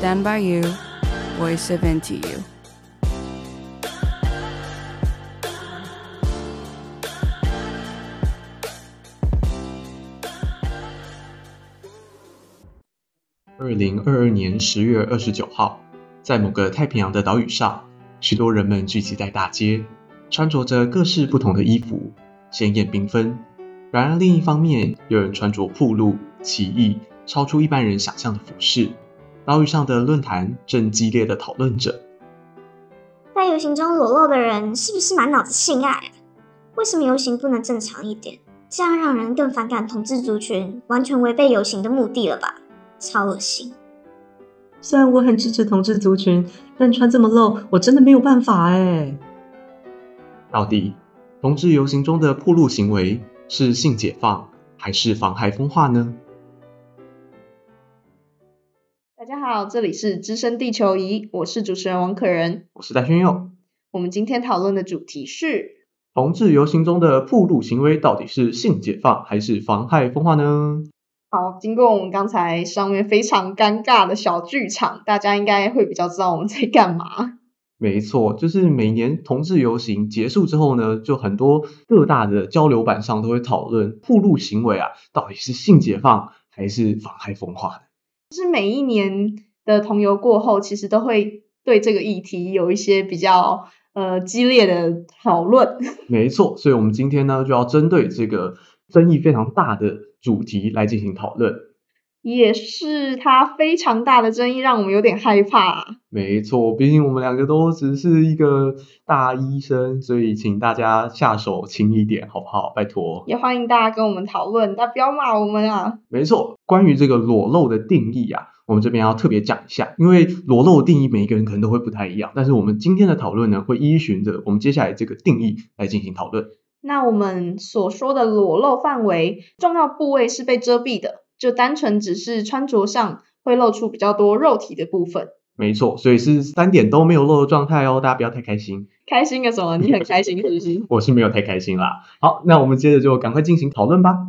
stand by you, voice of NTU。 2022年10月29号，在某个太平洋的岛屿上，许多人们聚集在大街，穿着着各式不同的衣服，鲜艳缤纷。然而另一方面，有人穿着暴露、奇异、超出一般人想象的服饰。岛屿上的论坛正激烈地讨论着， 在游行中裸露的人是不是满脑子性爱啊？为什么游行不能正常一点？这样让人更反感同志族群，完全违背游行的目的了吧？超恶心。 虽然我很支持同志族群，但穿这么露，我真的没有办法耶。 到底同志游行中的暴露行为是性解放还是妨害风化呢？ 大家好，这里是资深地球仪，我是主持人王可人， 我是戴轩佑。 我们今天讨论的主题是同志游行中的暴露行为到底是性解放还是妨害风化呢？ 好，经过我们刚才上面非常尴尬的小剧场，大家应该会比较知道我们在干嘛。 没错，就是每年同志游行结束之后呢，就很多各大的交流板上都会讨论暴露行为啊，到底是性解放还是妨害风化的。 就是每一年的同游过后，其实都会对这个议题有一些比较激烈的讨论。 没错，所以我们今天呢就要针对这个争议非常大的主题来进行讨论。 也是它非常大的争议，让我们有点害怕。 没错，毕竟我们两个都只是一个大医生，所以请大家下手轻一点，好不好？拜托。 也欢迎大家跟我们讨论，但不要骂我们啊。 没错，关于这个裸露的定义啊，我们这边要特别讲一下，因为裸露的定义每一个人可能都会不太一样，但是我们今天的讨论呢，会依循着我们接下来这个定义来进行讨论。 那我们所说的裸露范围，重要部位是被遮蔽的，就单纯只是穿着上会露出比较多肉体的部分。 没错，所以是3点都没有露的状态哦，大家不要太开心。 开心个什么？你很开心是不是？ 我是没有太开心啦。好，那我们接着就赶快进行讨论吧。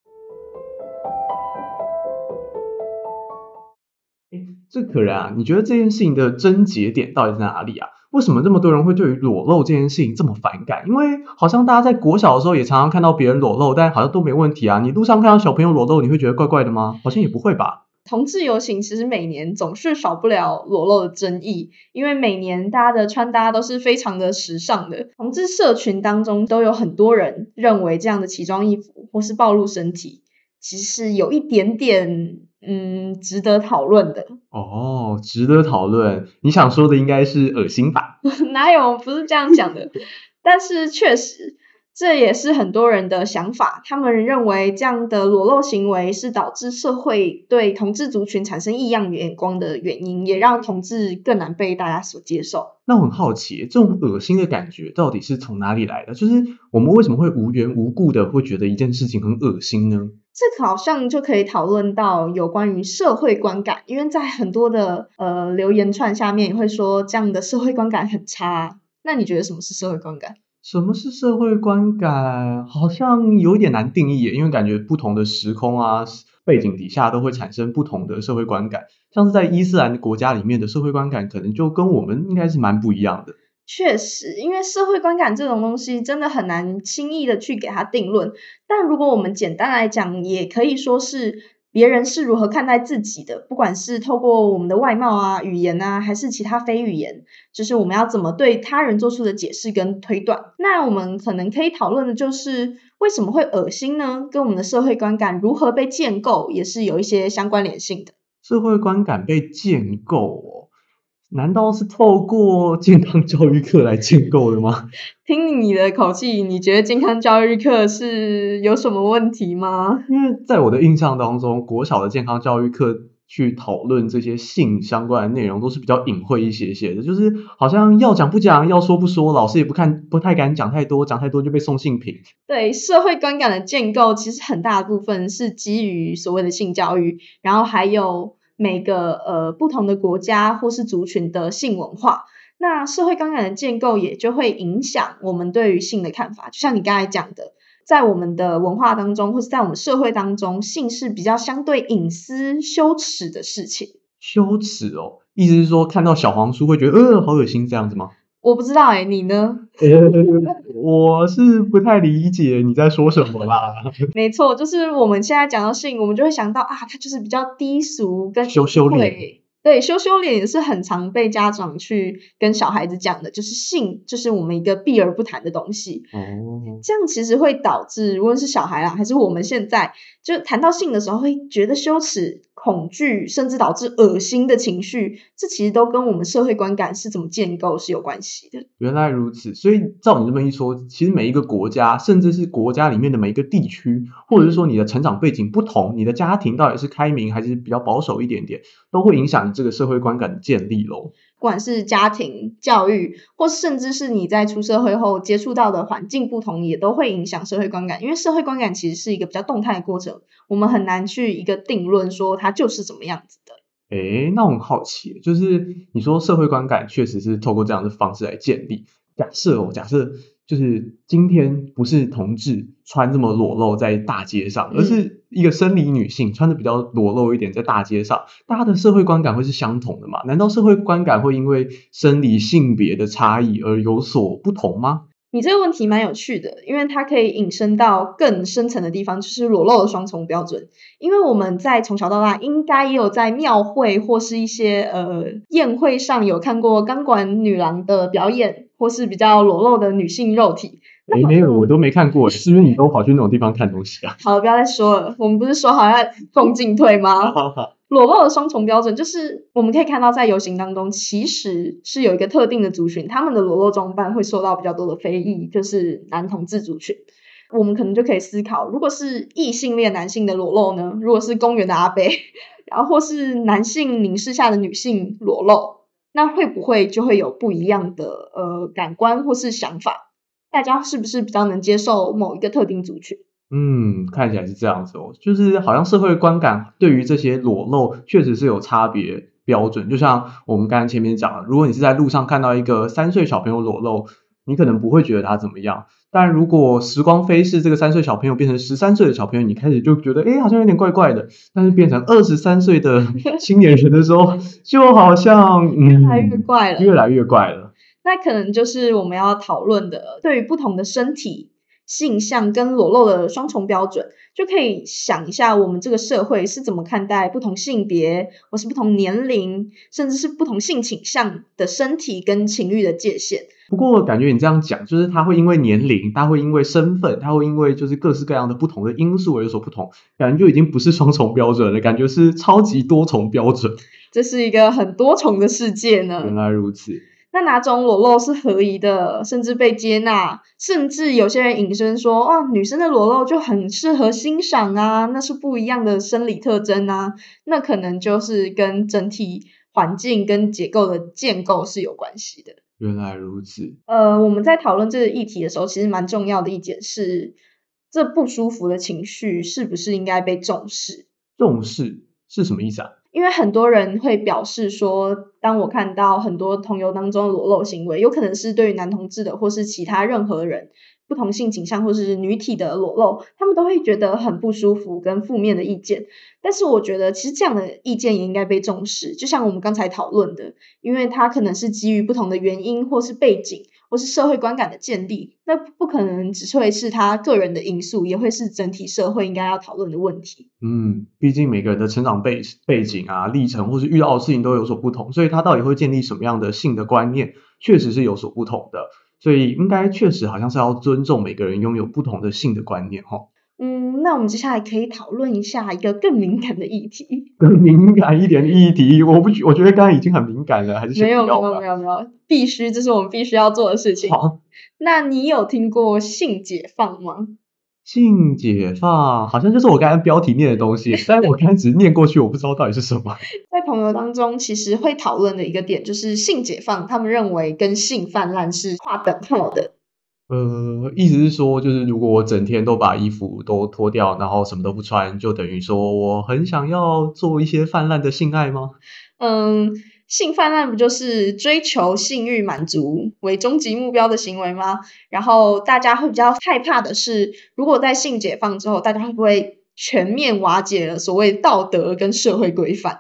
这可人啊，你觉得这件事情的症结点到底在哪里啊？为什么这么多人会对于裸露这件事情这么反感？因为好像大家在国小的时候也常常看到别人裸露，但好像都没问题啊。你路上看到小朋友裸露，你会觉得怪怪的吗？好像也不会吧。 同志游行其实每年总是少不了裸露的争议，因为每年大家的穿搭都是非常的时尚的。同志社群当中都有很多人认为这样的奇装异服或是暴露身体，其实有一点点值得讨论的。 哦，值得讨论。你想说的应该是恶心吧？ 哪有，不是这样讲的。但是确实这也是很多人的想法，他们认为这样的裸露行为是导致社会对同志族群产生异样眼光的原因，也让同志更难被大家所接受。 那我很好奇，这种恶心的感觉到底是从哪里来的？就是我们为什么会无缘无故的会觉得一件事情很恶心呢？ 这个好像就可以讨论到有关于社会观感，因为在很多的留言串下面也会说这样的社会观感很差。那你觉得什么是社会观感？ 什么是社会观感？好像有一点难定义耶，因为感觉不同的时空啊、背景底下都会产生不同的社会观感。像是在伊斯兰的国家里面的社会观感，可能就跟我们应该是蛮不一样的。 确实，因为社会观感这种东西真的很难轻易的去给它定论，但如果我们简单来讲，也可以说是别人是如何看待自己的，不管是透过我们的外貌啊、语言啊，还是其他非语言，就是我们要怎么对他人做出的解释跟推断。那我们可能可以讨论的就是为什么会恶心呢？跟我们的社会观感如何被建构也是有一些相关联性的。 社会观感被建构哦，难道是透过健康教育课来建构的吗？ 听你的口气，你觉得健康教育课是有什么问题吗？ 因为在我的印象当中，国小的健康教育课去讨论这些性相关的内容都是比较隐晦一些的，就是好像要讲不讲，要说不说，老师也不太敢讲太多，讲太多就被送性平。 对，社会观感的建构其实很大的部分是基于所谓的性教育，然后还有每个不同的国家或是族群的性文化。那社会观感的建构也就会影响我们对于性的看法，就像你刚才讲的，在我们的文化当中或是在我们社会当中，性是比较相对隐私羞耻的事情。 羞耻哦， 意思是说看到小黄书会觉得好恶心这样子吗？ 我不知道你呢？ 我是不太理解你在说什么啦。 没错，就是我们现在讲到性，我们就会想到啊，它就是比较低俗跟羞羞脸。 对，羞羞脸也是很常被家长去跟小孩子讲的，就是性就是我们一个避而不谈的东西。这样其实会导致无论是小孩啦还是我们现在就谈到性的时候会觉得羞耻、恐惧，甚至导致恶心的情绪，这其实都跟我们社会观感是怎么建构是有关系的。 原来如此，所以照你这么一说，其实每一个国家甚至是国家里面的每一个地区，或者是说你的成长背景不同，你的家庭到底是开明还是比较保守一点点，都会影响你这个社会观感的建立咯。 不管是家庭教育，或甚至是你在出社会后接触到的环境不同，也都会影响社会观感。因为社会观感其实是一个比较动态的过程，我们很难去一个定论说它就是怎么样子的。 那我很好奇，就是你说社会观感确实是透过这样的方式来建立。假设就是今天不是同志穿这么裸露在大街上，而是一个生理女性穿的比较裸露一点在大街上，大家的社会观感会是相同的吗？难道社会观感会因为生理性别的差异而有所不同吗？ 你这个问题蛮有趣的，因为它可以引申到更深层的地方，就是裸露的双重标准。因为我们在从小到大应该也有在庙会或是一些宴会上有看过钢管女郎的表演，或是比较裸露的女性肉体。 没有，我都没看过，是不是你都跑去那种地方看东西啊？ 好了，不要再说了，我们不是说好要共进退吗？裸露的双重标准就是我们可以看到在游行当中其实是有一个特定的族群，他们的裸露装扮会受到比较多的非议，就是男同志族群。我们可能就可以思考，如果是异性恋男性的裸露呢，如果是公园的阿伯，然后或是男性凝视下的女性裸露，那会不会就会有不一样的感官或是想法？大家是不是比较能接受某一个特定族群？ 看起来是这样子哦，就是好像社会观感对于这些裸露确实是有差别标准。就像我们刚才前面讲的，如果你是在路上看到一个3岁小朋友裸露，你可能不会觉得他怎么样，但如果时光飞逝，这个3岁小朋友变成13岁的小朋友，你开始就觉得好像有点怪怪的，但是变成23岁的青年人的时候，就好像越来越怪了， 越来越怪了。 那可能就是我们要讨论的，对于不同的身体性向跟裸露的双重标准，就可以想一下我们这个社会是怎么看待不同性别或是不同年龄甚至是不同性倾向的身体跟情欲的界限。 不过感觉你这样讲，就是它会因为年龄，它会因为身份，它会因为就是各式各样的不同的因素而有所不同，感觉就已经不是双重标准了，感觉是超级多重标准。 这是一个很多重的世界呢。 原来如此。 那哪种裸露是合宜的，甚至被接纳，甚至有些人引申说女生的裸露就很适合欣赏啊，那是不一样的生理特征啊，那可能就是跟整体环境跟结构的建构是有关系的。 原来如此。 我们在讨论这个议题的时候，其实蛮重要的一点是，这不舒服的情绪是不是应该被重视？ 重视是什么意思啊？ 因为很多人会表示说，当我看到很多同游当中的裸露行为，有可能是对于男同志的或是其他任何人不同性倾向或是女体的裸露，他们都会觉得很不舒服跟负面的意见。但是我觉得其实这样的意见也应该被重视，就像我们刚才讨论的，因为它可能是基于不同的原因或是背景或是社会观感的建立，那不可能只会是他个人的因素，也会是整体社会应该要讨论的问题。 毕竟每个人的成长背景啊、历程或是遇到的事情都有所不同，所以他到底会建立什么样的性的观念，确实是有所不同的。所以应该确实好像是要尊重每个人拥有不同的性的观念齁。 那我们接下来可以讨论一下一个更敏感的议题。 更敏感一点的议题，我觉得刚刚已经很敏感了，还是没有，必须，这是我们必须要做的事情。 好， 那你有听过性解放吗？ 性解放好像就是我刚才标题念的东西，但是我刚才只是念过去，我不知道到底是什么。 在同游当中，其实会讨论的一个点就是性解放，他们认为跟性泛滥是划等号的。 意思是说，就是如果我整天都把衣服都脱掉，然后什么都不穿，就等于说我很想要做一些泛滥的性爱吗？ 性泛滥不就是追求性欲满足为终极目标的行为吗？然后大家会比较害怕的是，如果在性解放之后，大家会不会全面瓦解了所谓道德跟社会规范？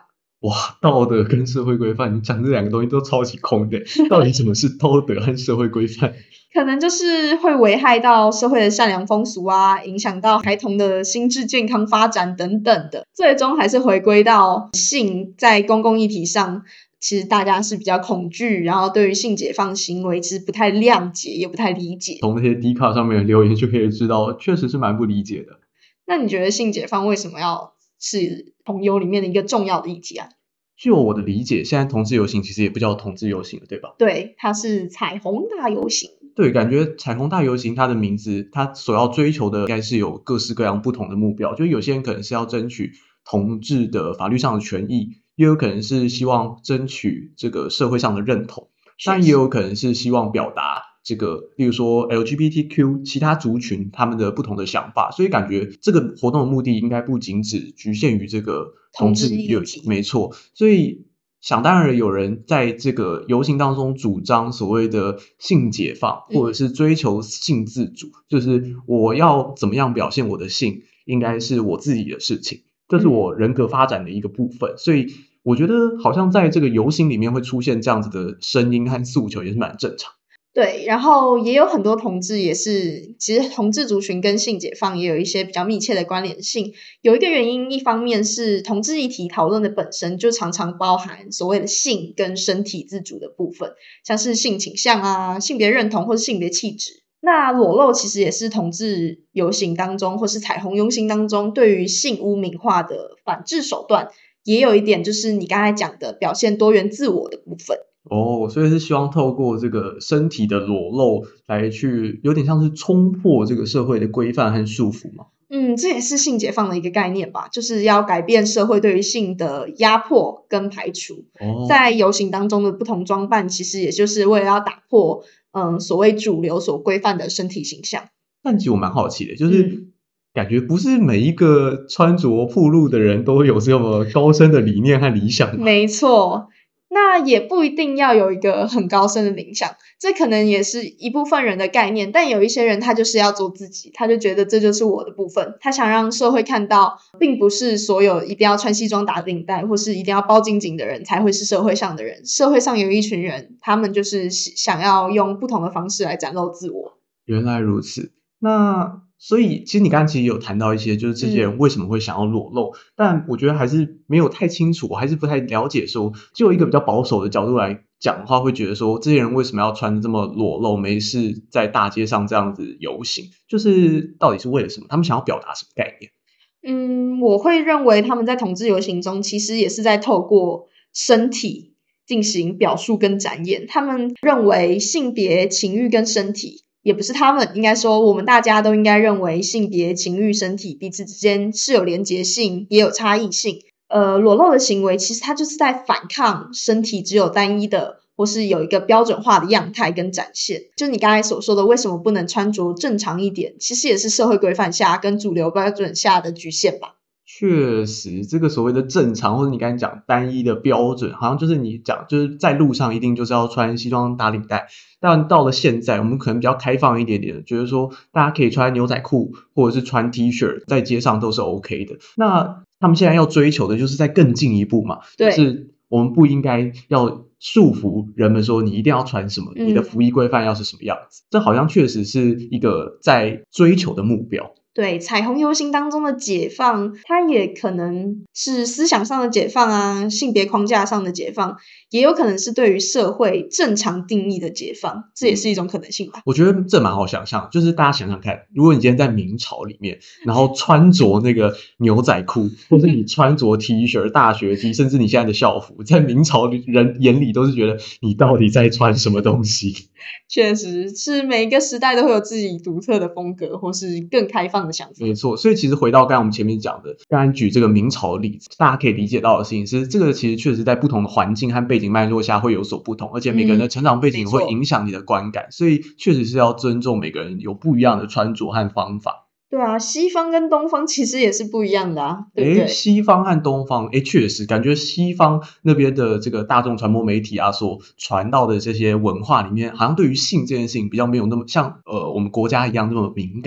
哇，道德跟社会规范，你讲这两个东西都超级空的，到底什么是道德和社会规范？ 可能就是会危害到社会的善良风俗啊，影响到孩童的心智健康发展等等的，最终还是回归到性在公共议题上，其实大家是比较恐惧，然后对于性解放行为其实不太谅解，也不太理解。 从那些 D 卡上面的留言就可以知道，确实是蛮不理解的。 那你觉得性解放为什么要是同游里面的一个重要的议题啊？ 就我的理解，现在同志游行其实也不叫同志游行了，对吧？ 对，它是彩虹大游行。 对，感觉彩虹大游行它的名字，它所要追求的应该是有各式各样不同的目标。就有些人可能是要争取同志的法律上的权益，也有可能是希望争取这个社会上的认同，但也有可能是希望表达这个，例如说 LGBTQ 其他族群他们的不同的想法。所以感觉这个活动的目的应该不仅只局限于这个同志游行，没错。所以想当然有人在这个游行当中主张所谓的性解放，或者是追求性自主，就是我要怎么样表现我的性，应该是我自己的事情，这是我人格发展的一个部分。所以我觉得好像在这个游行里面会出现这样子的声音和诉求也是蛮正常。 对，然后也有很多同志也是，其实同志族群跟性解放也有一些比较密切的关联性。有一个原因，一方面是同志议题讨论的本身就常常包含所谓的性跟身体自主的部分，像是性倾向啊、性别认同或是性别气质。那裸露其实也是同志游行当中或是彩虹游行当中对于性污名化的反制手段，也有一点就是你刚才讲的表现多元自我的部分。 哦，所以是希望透过这个身体的裸露来去有点像是冲破这个社会的规范和束缚吗？ 这也是性解放的一个概念吧，就是要改变社会对于性的压迫跟排除。在游行当中的不同装扮，其实也就是为了要打破所谓主流所规范的身体形象。 但其实我蛮好奇的，就是感觉不是每一个穿着暴露的人都有这么高深的理念和理想吗？ 没错。那也不一定要有一个很高深的理想，这可能也是一部分人的概念，但有一些人他就是要做自己，他就觉得这就是我的部分，他想让社会看到并不是所有一定要穿西装打领带或是一定要包紧紧的人才会是社会上的人，社会上有一群人，他们就是想要用不同的方式来展露自我。 原来如此。那所以其实你刚才其实有谈到一些就是这些人为什么会想要裸露，但我觉得还是没有太清楚，我还是不太了解说，就一个比较保守的角度来讲的话，会觉得说这些人为什么要穿这么裸露，没事在大街上这样子游行，就是到底是为了什么？他们想要表达什么概念？ 我会认为他们在同志游行中其实也是在透过身体进行表述跟展演，他们认为性别、情欲跟身体，也不是他们，应该说我们大家都应该认为性别、情欲、身体彼此之间是有连结性，也有差异性。裸露的行为其实它就是在反抗身体只有单一的或是有一个标准化的样态跟展现。就你刚才所说的为什么不能穿着正常一点，其实也是社会规范下跟主流标准下的局限吧。 确实，这个所谓的正常，或者你刚才讲单一的标准，好像就是你讲就是在路上一定就是要穿西装打领带，但到了现在我们可能比较开放一点点，觉得说大家可以穿牛仔裤或者是穿 T 恤在街上都是 OK 的。那他们现在要追求的就是再更进一步嘛，就是我们不应该要束缚人们说你一定要穿什么，你的服役规范要是什么样子，这好像确实是一个在追求的目标。 对，彩虹游行当中的解放，它也可能是思想上的解放啊，性别框架上的解放，也有可能是对于社会正常定义的解放，这也是一种可能性吧。 我觉得这蛮好想象，就是大家想想看，如果你今天在明朝里面，然后穿着那个牛仔裤，或是你穿着 T 恤、大学 T， 甚至你现在的校服，在明朝人眼里都是觉得你到底在穿什么东西。 确实是每一个时代都会有自己独特的风格，或是更开放的想法。 没错，所以其实回到刚才我们前面讲的，刚才举这个明朝的例子，大家可以理解到的事情是，这个其实确实在不同的环境和背景脉络下会有所不同，而且每个人的成长背景会影响你的观感，所以确实是要尊重每个人有不一样的穿着和方法。 对啊，西方跟东方其实也是不一样的啊，对不对？ 西方和东方，确实感觉西方那边的这个大众传播媒体啊，所传到的这些文化里面，好像对于性这件事情比较没有那么像我们国家一样那么敏感。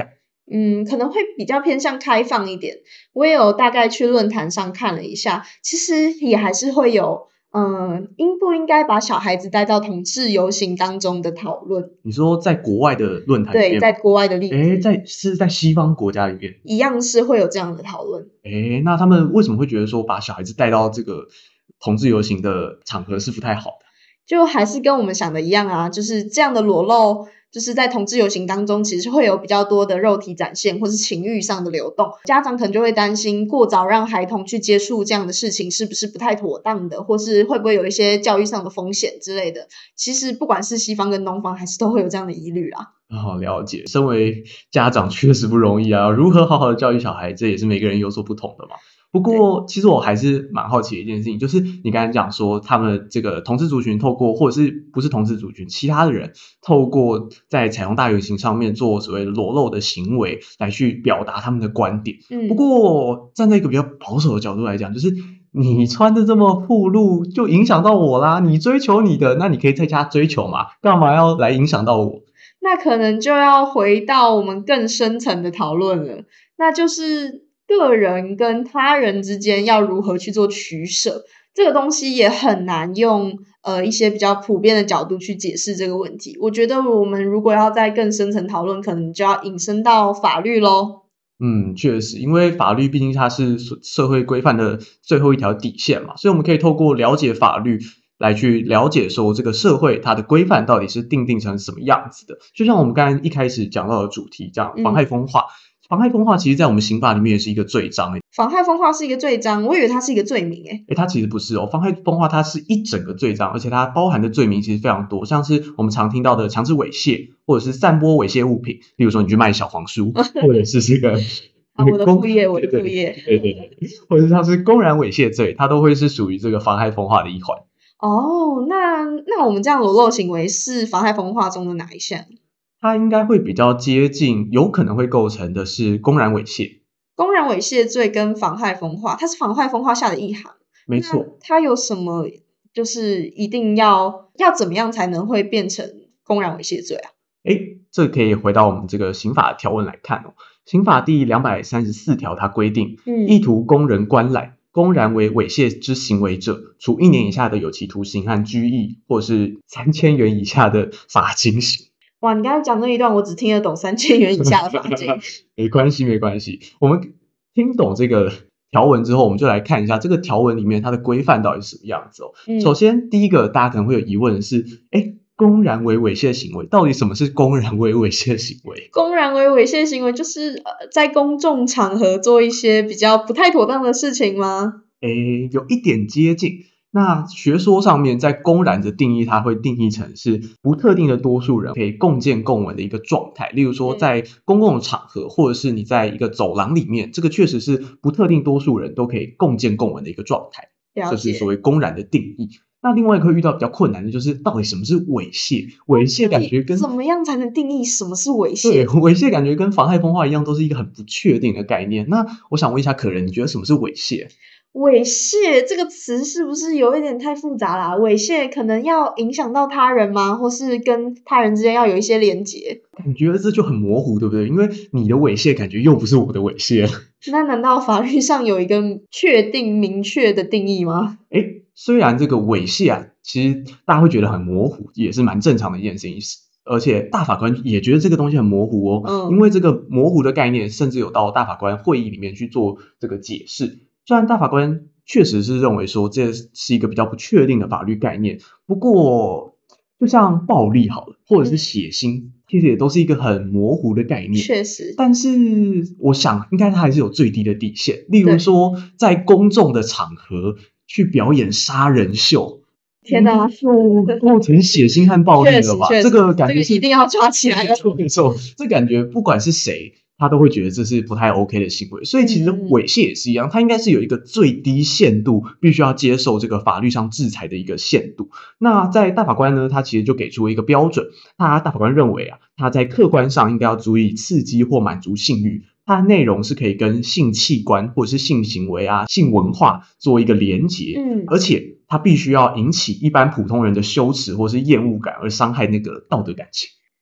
可能会比较偏向开放一点。我也有大概去论坛上看了一下，其实也还是会有应不应该把小孩子带到同志游行当中的讨论。 你说在国外的论坛里面， 对，在国外的例子， 是在西方国家里面一样是会有这样的讨论。 那他们为什么会觉得说把小孩子带到这个同志游行的场合是不太好的？ 就还是跟我们想的一样啊，就是这样的裸露，就是在同志游行当中其实会有比较多的肉体展现或是情欲上的流动，家长可能就会担心过早让孩童去接触这样的事情是不是不太妥当的，或是会不会有一些教育上的风险之类的。其实不管是西方跟东方还是都会有这样的疑虑啦。 了解，身为家长确实不容易啊，如何好好的教育小孩，这也是每个人有所不同的嘛。不过其实我还是蛮好奇的一件事情，就是你刚才讲说他们这个同志族群透过，或者是不是同志族群，其他的人透过在彩虹大游行上面做所谓的裸露的行为来去表达他们的观点。不过站在一个比较保守的角度来讲，就是你穿的这么暴露就影响到我啦，你追求你的，那你可以在家追求嘛，干嘛要来影响到我？ 那可能就要回到我们更深层的讨论了，那就是个人跟他人之间要如何去做取舍，这个东西也很难用一些比较普遍的角度去解释这个问题。我觉得我们如果要再更深层讨论，可能就要引申到法律咯。 确实，因为法律毕竟它是社会规范的最后一条底线嘛，所以我们可以透过了解法律来去了解说这个社会它的规范到底是定成什么样子的。就像我们刚才一开始讲到的主题，这样妨害风化。妨害风化其实在我们刑法里面也是一个罪章。 妨害风化是一个罪章？我以为它是一个罪名。 它其实不是哦，妨害风化它是一整个罪章，而且它包含的罪名其实非常多，像是我们常听到的强制猥亵，或者是散播猥亵物品，例如说你去卖小黄书，或者是这个我的副业，对， 或者是像是公然猥亵罪，它都会是属于这个妨害风化的一环。 那我们这样裸露行为是妨害风化中的哪一项？ 它应该会比较接近，有可能会构成的是公然猥亵。 公然猥亵罪跟妨害风化，它是妨害风化下的一行。 没错。 它有什么就是一定要怎么样才能会变成公然猥亵罪啊？ 这可以回到我们这个刑法条文来看哦。刑法第234条它规定，意图供人观览，公然为猥亵之行为者，处1年以下的有期徒刑和拘役，或是3000元以下的罚金刑。 哇，你刚才讲那一段我只听得懂3000元以下的罚金。 没关系，我们听懂这个条文之后，我们就来看一下这个条文里面它的规范到底是什么样子哦。首先第一个大家可能会有疑问的是，公然为猥亵行为，到底什么是公然为猥亵行为？ 公然为猥亵行为就是在公众场合做一些比较不太妥当的事情吗？ 有一点接近。那学说上面在公然的定义，它会定义成是不特定的多数人可以共见共闻的一个状态，例如说在公共场合，或者是你在一个走廊里面，这个确实是不特定多数人都可以共见共闻的一个状态，这是所谓公然的定义。那另外一个遇到比较困难的就是到底什么是猥亵？猥亵感觉跟怎么样才能定义什么是猥亵？ 对，猥亵感觉跟妨害风化一样，都是一个很不确定的概念。那我想问一下可人，你觉得什么是猥亵？ 猥亵这个词是不是有一点太复杂啦？猥亵可能要影响到他人吗？或是跟他人之间要有一些连结？ 感觉这就很模糊，对不对？因为你的猥亵感觉又不是我的猥亵。 那难道法律上有一个确定明确的定义吗？ 虽然这个猥亵啊，其实大家会觉得很模糊，也是蛮正常的一件事情，而且大法官也觉得这个东西很模糊哦。因为这个模糊的概念甚至有到大法官会议里面去做这个解释。虽然大法官确实是认为说这是一个比较不确定的法律概念，不过就像暴力好了，或者是血腥，其实也都是一个很模糊的概念。 确实， 但是我想应该它还是有最低的底线，例如说在公众的场合去表演杀人秀， 天哪， 构成血腥和暴力了吧？这个感觉是一定要抓起来的。 没错，这感觉不管是谁，他都会觉得这是不太 OK 的行为。所以其实猥亵也是一样，它应该是有一个最低限度必须要接受这个法律上制裁的一个限度。那在大法官呢，他其实就给出一个标准，大法官认为啊，他在客观上应该要足以刺激或满足性欲，它的内容是可以跟性器官或者是性行为啊、性文化做一个连结，而且它必须要引起一般普通人的羞耻或是厌恶感，而伤害那个道德感情。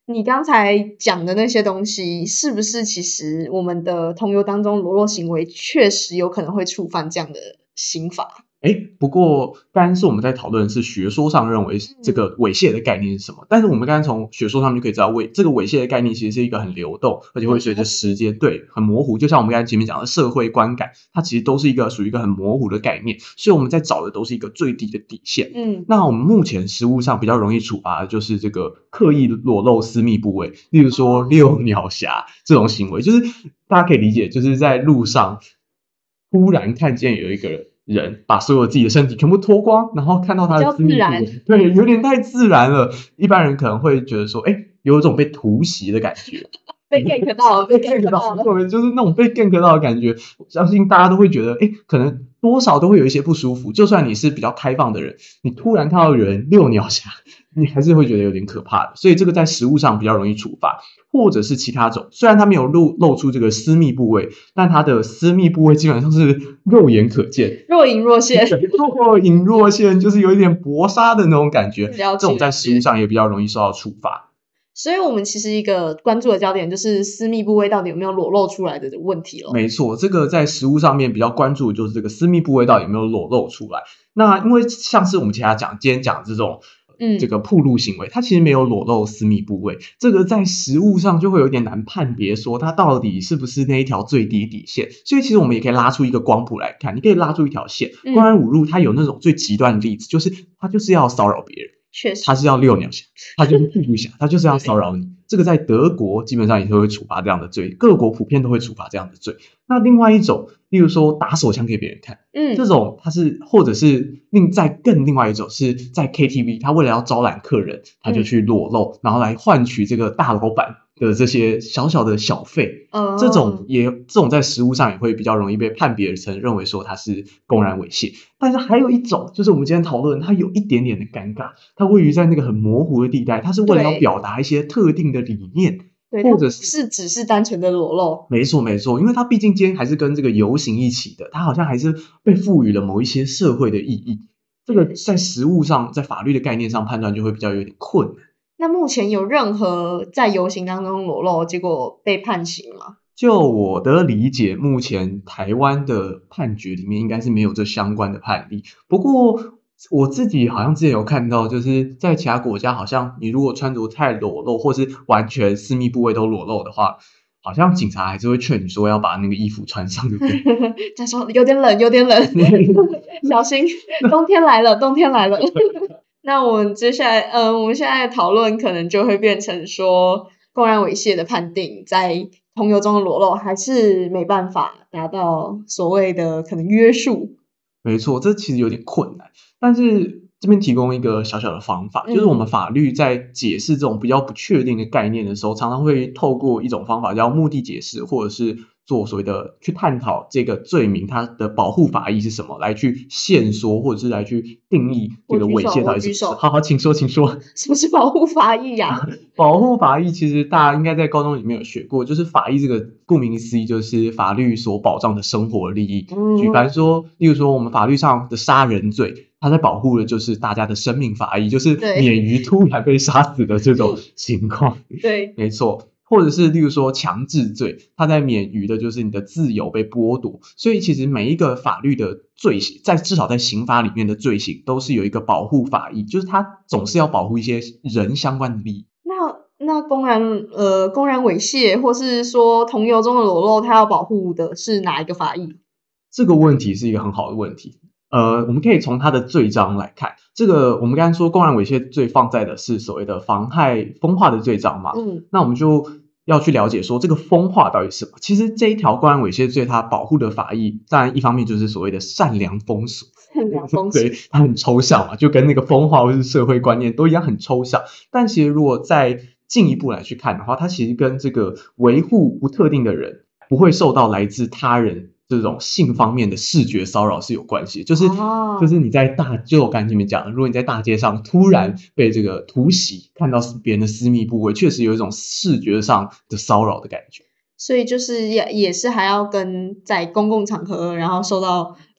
你刚才讲的那些东西，是不是其实我们的同游当中裸露行为确实有可能会触犯这样的刑法？ 不过刚刚是我们在讨论的是学说上认为这个猥亵的概念是什么，但是我们刚刚从学说上面就可以知道，这个猥亵的概念其实是一个很流动，而且会随着时间很模糊。就像我们刚才前面讲的社会观感，它其实都是属于一个很模糊的概念，所以我们在找的都是一个最低的底线。那我们目前实务上比较容易处罚的就是这个刻意裸露私密部位，例如说遛鸟侠这种行为，就是大家可以理解，就是在路上突然看见有一个人把所有自己的身体全部脱光，然后看到他的私密部位，对，有点太自然了。一般人可能会觉得说，有一种被突袭的感觉， 被 gank 到了，被 gank 到了， 对，就是那种被 gank 到的感觉。我相信大家都会觉得，可能多少都会有一些不舒服。就算你是比较开放的人，你突然看到有人遛鸟侠，你还是会觉得有点可怕的。所以这个在实务上比较容易处罚，或者是其他种。虽然他没有露出这个私密部位，但他的私密部位基本上是肉眼可见， 若隐若现， 若隐若现，就是有一点搏杀的那种感觉。这种在实务上也比较容易受到处罚。 所以我们其实一个关注的焦点就是私密部位到底有没有裸露出来的问题了。 没错，这个在实务上面比较关注的就是这个私密部位到底有没有裸露出来。那因为像是我们今天讲这种这个暴露行为，它其实没有裸露私密部位，这个在实务上就会有点难判别说它到底是不是那一条最低底线。所以其实我们也可以拉出一个光谱来看，你可以拉出一条线。公然侮辱它有那种最极端的例子，就是它就是要骚扰别人， 确实， 他是要遛鸟侠，他就是屁股侠，他就是要骚扰你。这个在德国基本上也是会处罚这样的罪，各国普遍都会处罚这样的罪。那另外一种，例如说打手枪给别人看，这种他是，或者是另外一种是在 KTV， 他为了要招揽客人，他就去裸露，然后来换取这个大老板的这些小小的小费，这种在实务上也会比较容易被判别成认为说他是公然猥亵。但是还有一种就是我们今天讨论，它有一点点的尴尬，它位于在那个很模糊的地带，它是为了要表达一些特定的理念，或者是只是单纯的裸露。 没错没错，因为它毕竟今天还是跟这个游行一起的，它好像还是被赋予了某一些社会的意义。这个在实务上，在法律的概念上判断就会比较有点困难。 那目前有任何在游行当中裸露结果被判刑吗？ 就我的理解，目前台湾的判决里面应该是没有这相关的判例。不过我自己好像之前有看到，就是在其他国家，好像你如果穿着太裸露，或是完全私密部位都裸露的话，好像警察还是会劝你说要把那个衣服穿上，对不对？ 他说有点冷，有点冷，小心，冬天来了，冬天来了。那我们接下来，我们现在讨论可能就会变成说，公然猥亵的判定在同游中的裸露还是没办法达到所谓的可能约束。 没错，这其实有点困难，但是这边提供一个小小的方法，就是我们法律在解释这种比较不确定的概念的时候，常常会透过一种方法叫目的解释，或者是做所谓的去探讨这个罪名它的保护法益是什么，来去限缩或者是来去定义这个猥亵到底是什么。好，请说，请说。 什么是保护法益啊？ 保护法益其实大家应该在高中里面有学过，就是法益这个顾名思义就是法律所保障的生活利益。举凡说，例如说我们法律上的杀人罪，它在保护的就是大家的生命法益，就是免于突然被杀死的这种情况。 对， 没错。或者是例如说强制罪，它在免于的就是你的自由被剥夺。所以其实每一个法律的罪行，至少在刑法里面的罪行都是有一个保护法益，就是它总是要保护一些人相关的利益。 那公然猥亵或是说同游中的裸露，它要保护的是哪一个法益？ 这个问题是一个很好的问题。我们可以从它的罪章来看，这个我们刚才说公然猥亵罪放在的是所谓的妨害风化的罪章嘛，那我们就要去了解说这个风化到底是什么。其实这一条公然猥亵罪它保护的法益，当然一方面就是所谓的善良风俗，对，它很抽象嘛，就跟那个风化或是社会观念都一样很抽象。但其实如果再进一步来去看的话，它其实跟这个维护不特定的人不会受到来自他人这种性方面的视觉骚扰是有关系的。就是你在就我刚才前面讲的，如果你在大街上突然被这个突袭，看到别人的私密部位，确实有一种视觉上的骚扰的感觉。 所以就是也是还要跟在公共场合然后受到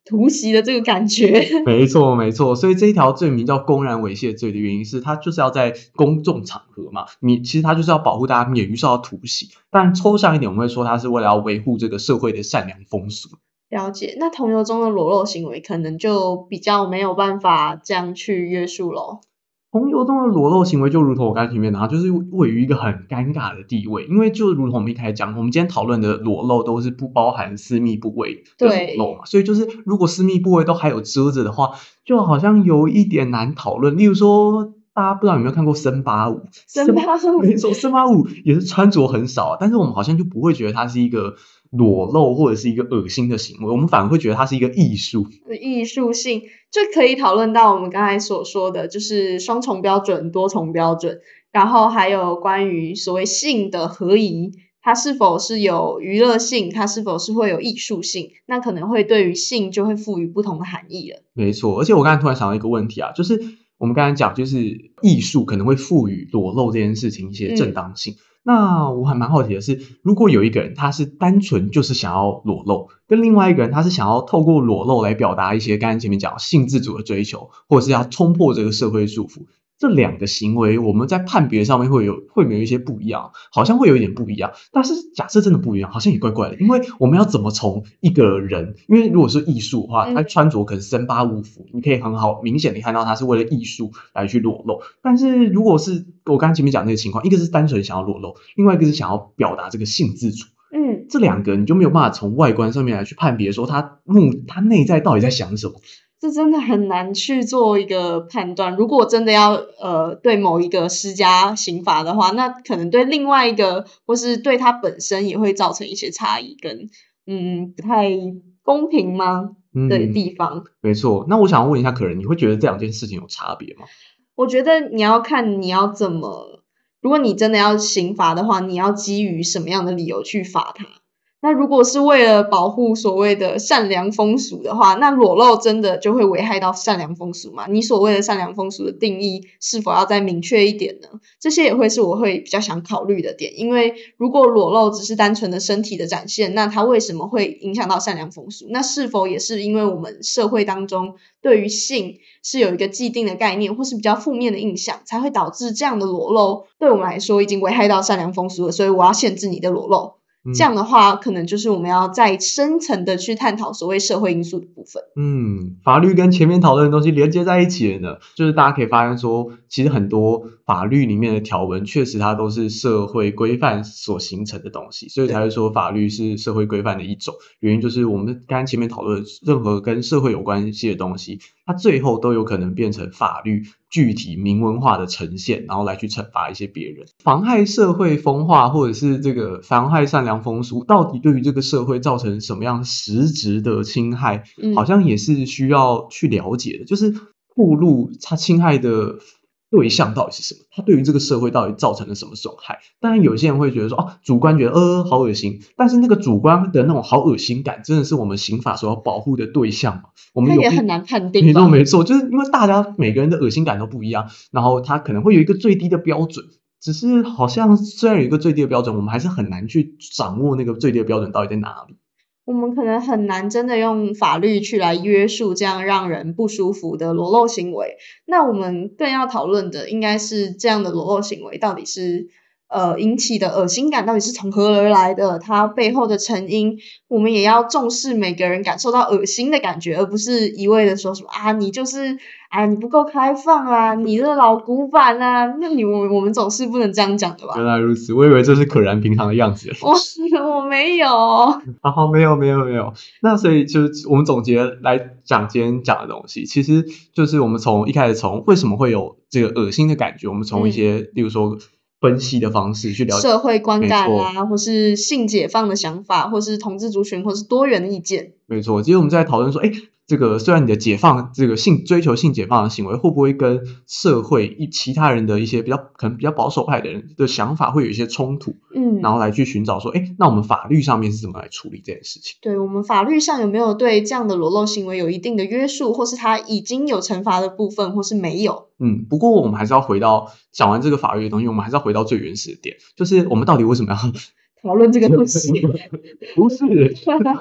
突袭的这个感觉。 没错，没错，所以这一条罪名叫公然猥亵罪的原因是，它就是要在公众场合嘛，其实它就是要保护大家免于受到突袭。但抽象一点，我们会说它是为了要维护这个社会的善良风俗。 了解，那同游中的裸露行为可能就比较没有办法这样去约束咯。 同游中的裸露行为就如同我刚才前面的，它就是位于一个很尴尬的地位，因为就如同我们一开始讲，我们今天讨论的裸露都是不包含私密部位的裸露嘛，所以就是如果私密部位都还有遮着的话，就好像有一点难讨论。例如说，大家不知道有没有看过森巴舞？ 森巴舞， 没错，森巴舞也是穿着很少啊，但是我们好像就不会觉得它是一个裸露或者是一个恶心的行为，我们反而会觉得它是一个艺术。 艺术性就可以讨论到我们刚才所说的，就是双重标准、多重标准，然后还有关于所谓性的合宜，它是否是有娱乐性，它是否是会有艺术性，那可能会对于性就会赋予不同的含义了。 没错，而且我刚才突然想到一个问题啊，就是我们刚才讲，就是艺术可能会赋予裸露这件事情一些正当性。那我还蛮好奇的是，如果有一个人他是单纯就是想要裸露，跟另外一个人他是想要透过裸露来表达一些刚才前面讲性自主的追求，或者是要冲破这个社会束缚，这两个行为我们在判别上面会没有一些不一样，好像会有一点不一样。但是假设真的不一样，好像也怪怪的，因为我们要怎么从一个人，因为如果是艺术的话，他穿着可能森巴舞服，你可以很好明显的看到他是为了艺术来去裸露。但是如果是我刚才前面讲的那个情况，一个是单纯想要裸露，另外一个是想要表达这个性自主。这两个你就没有办法从外观上面来去判别说他内在到底在想什么。 这真的很难去做一个判断。如果真的要对某一个施加刑罚的话，那可能对另外一个或是对他本身也会造成一些差异跟不太公平吗的地方。 没错。那我想要问一下可人，你会觉得这两件事情有差别吗？ 我觉得你要看你要怎么，如果你真的要刑罚的话，你要基于什么样的理由去罚他。那如果是为了保护所谓的善良风俗的话，那裸露真的就会危害到善良风俗吗？你所谓的善良风俗的定义是否要再明确一点呢？这些也会是我会比较想考虑的点，因为如果裸露只是单纯的身体的展现，那它为什么会影响到善良风俗？那是否也是因为我们社会当中对于性是有一个既定的概念，或是比较负面的印象，才会导致这样的裸露对我们来说已经危害到善良风俗了，所以我要限制你的裸露。这样的话可能就是我们要再深层的去探讨所谓社会因素的部分。 法律跟前面讨论的东西连接在一起了呢，就是大家可以发现说，其实很多法律里面的条文确实它都是社会规范所形成的东西，所以才会说法律是社会规范的一种。原因就是我们刚才前面讨论的任何跟社会有关系的东西，它最后都有可能变成法律具体明文化的呈现，然后来去惩罚一些别人。妨害社会风化或者是这个妨害善良风俗，到底对于这个社会造成什么样实质的侵害，好像也是需要去了解的。就是暴露他侵害的对象到底是什么，他对于这个社会到底造成了什么损害。当然有些人会觉得说主观觉得好恶心，但是那个主观的那种好恶心感真的是我们刑法所要保护的对象吗？我们也很难判定吧。 没错，就是因为大家每个人的恶心感都不一样，然后他可能会有一个最低的标准，只是好像虽然有一个最低的标准，我们还是很难去掌握那个最低的标准到底在哪里。 我们可能很难真的用法律去来约束这样让人不舒服的裸露行为。那我们更要讨论的应该是这样的裸露行为到底是引起的恶心感到底是从何而来的，它背后的成因，我们也要重视每个人感受到恶心的感觉，而不是一味的说什么你就是你不够开放啊，你这老古板啊，那我们总是不能这样讲的吧。 原来如此，我以为这是可然平常的样子。 我没有。 好，没有。那所以就是我们总结来讲今天讲的东西，其实就是我们从一开始从为什么会有这个恶心的感觉，我们从一些例如说分析的方式去了解社会观感或是性解放的想法，或是同志族群，或是多元的意见。 没错，其实我们在讨论说这个虽然你的解放这个追求性解放的行为会不会跟社会其他人的一些可能比较保守派的人的想法会有一些冲突，然后来去寻找说那我们法律上面是怎么来处理这件事情。 对，我们法律上有没有对这样的裸露行为有一定的约束，或是它已经有惩罚的部分，或是没有。 不过我们还是要回到讲完这个法律的东西，我们还是要回到最原始的点，就是我们到底为什么要讨论这个东西？ 不是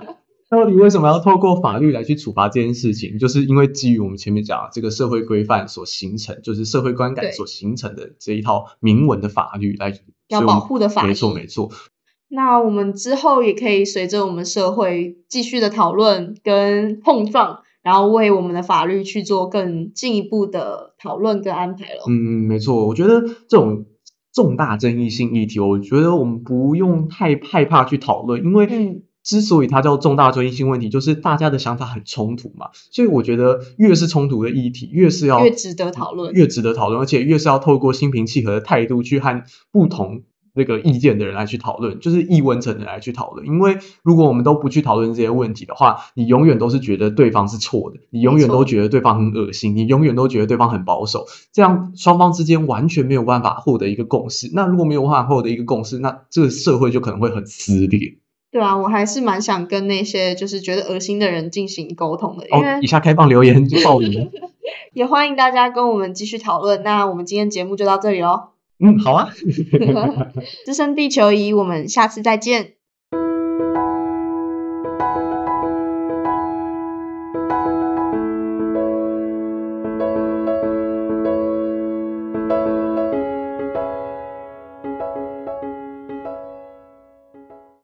到底为什么要透过法律来去处罚这件事情？就是因为基于我们前面讲的这个社会规范所形成，就是社会观感所形成的这一套明文的法律来要保护的法律。 没错没错。 那我们之后也可以随着我们社会继续的讨论跟碰撞，然后为我们的法律去做更进一步的讨论跟安排咯。 没错，我觉得这种重大争议性议题，我觉得我们不用太害怕去讨论，因为之所以它叫重大争议性问题，就是大家的想法很冲突嘛，所以我觉得越是冲突的议题，越值得讨论，而且越是要透过心平气和的态度去和不同那个意见的人来去讨论，就是异温层的人来去讨论。因为如果我们都不去讨论这些问题的话，你永远都是觉得对方是错的，你永远都觉得对方很恶心，你永远都觉得对方很保守，这样双方之间完全没有办法获得一个共识。那如果没有办法获得一个共识，那这个社会就可能会很撕裂。 对啊，我还是蛮想跟那些就是觉得恶心的人进行沟通的。因为以下开放留言就报名。 也欢迎大家跟我们继续讨论。那我们今天节目就到这里咯。 好啊。 资深地球仪，我们下次再见。